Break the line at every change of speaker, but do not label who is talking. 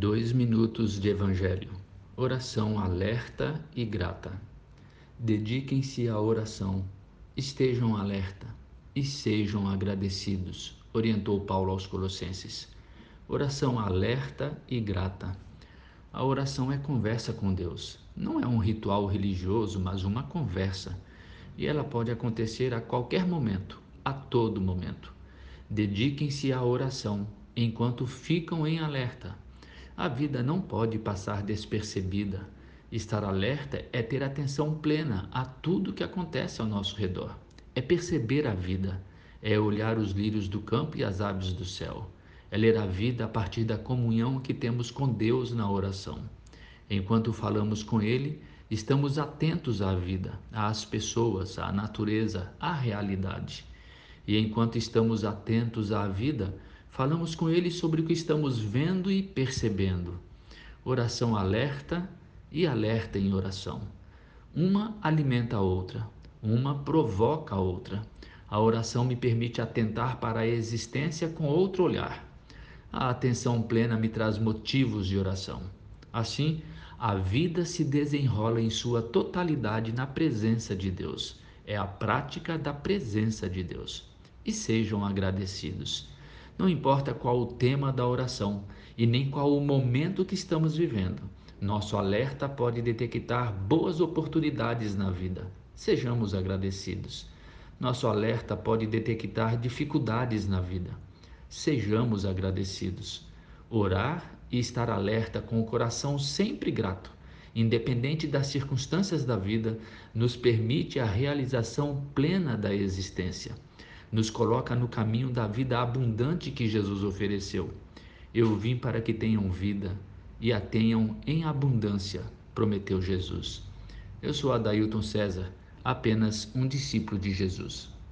2 minutos de Evangelho. Oração alerta e grata. Dediquem-se à oração, estejam alerta e sejam agradecidos, orientou Paulo aos Colossenses. Oração alerta e grata. A oração é conversa com Deus. Não é um ritual religioso, mas uma conversa. E ela pode acontecer a qualquer momento, a todo momento. Dediquem-se à oração enquanto ficam em alerta. A vida não pode passar despercebida. Estar alerta é ter atenção plena a tudo que acontece ao nosso redor. É perceber a vida. É olhar os lírios do campo e as aves do céu. É ler a vida a partir da comunhão que temos com Deus na oração. Enquanto falamos com Ele, estamos atentos à vida, às pessoas, à natureza, à realidade. E enquanto estamos atentos à vida, falamos com Ele sobre o que estamos vendo e percebendo. Oração alerta e alerta em oração. Uma alimenta a outra, uma provoca a outra. A oração me permite atentar para a existência com outro olhar. A atenção plena me traz motivos de oração. Assim, a vida se desenrola em sua totalidade na presença de Deus. É a prática da presença de Deus. E sejam agradecidos. Não importa qual o tema da oração e nem qual o momento que estamos vivendo, nosso alerta pode detectar boas oportunidades na vida. Sejamos agradecidos. Nosso alerta pode detectar dificuldades na vida. Sejamos agradecidos. Orar e estar alerta com o coração sempre grato, independente das circunstâncias da vida, nos permite a realização plena da existência. Nos coloca no caminho da vida abundante que Jesus ofereceu. Eu vim para que tenham vida e a tenham em abundância, prometeu Jesus. Eu sou Adailton César, apenas um discípulo de Jesus.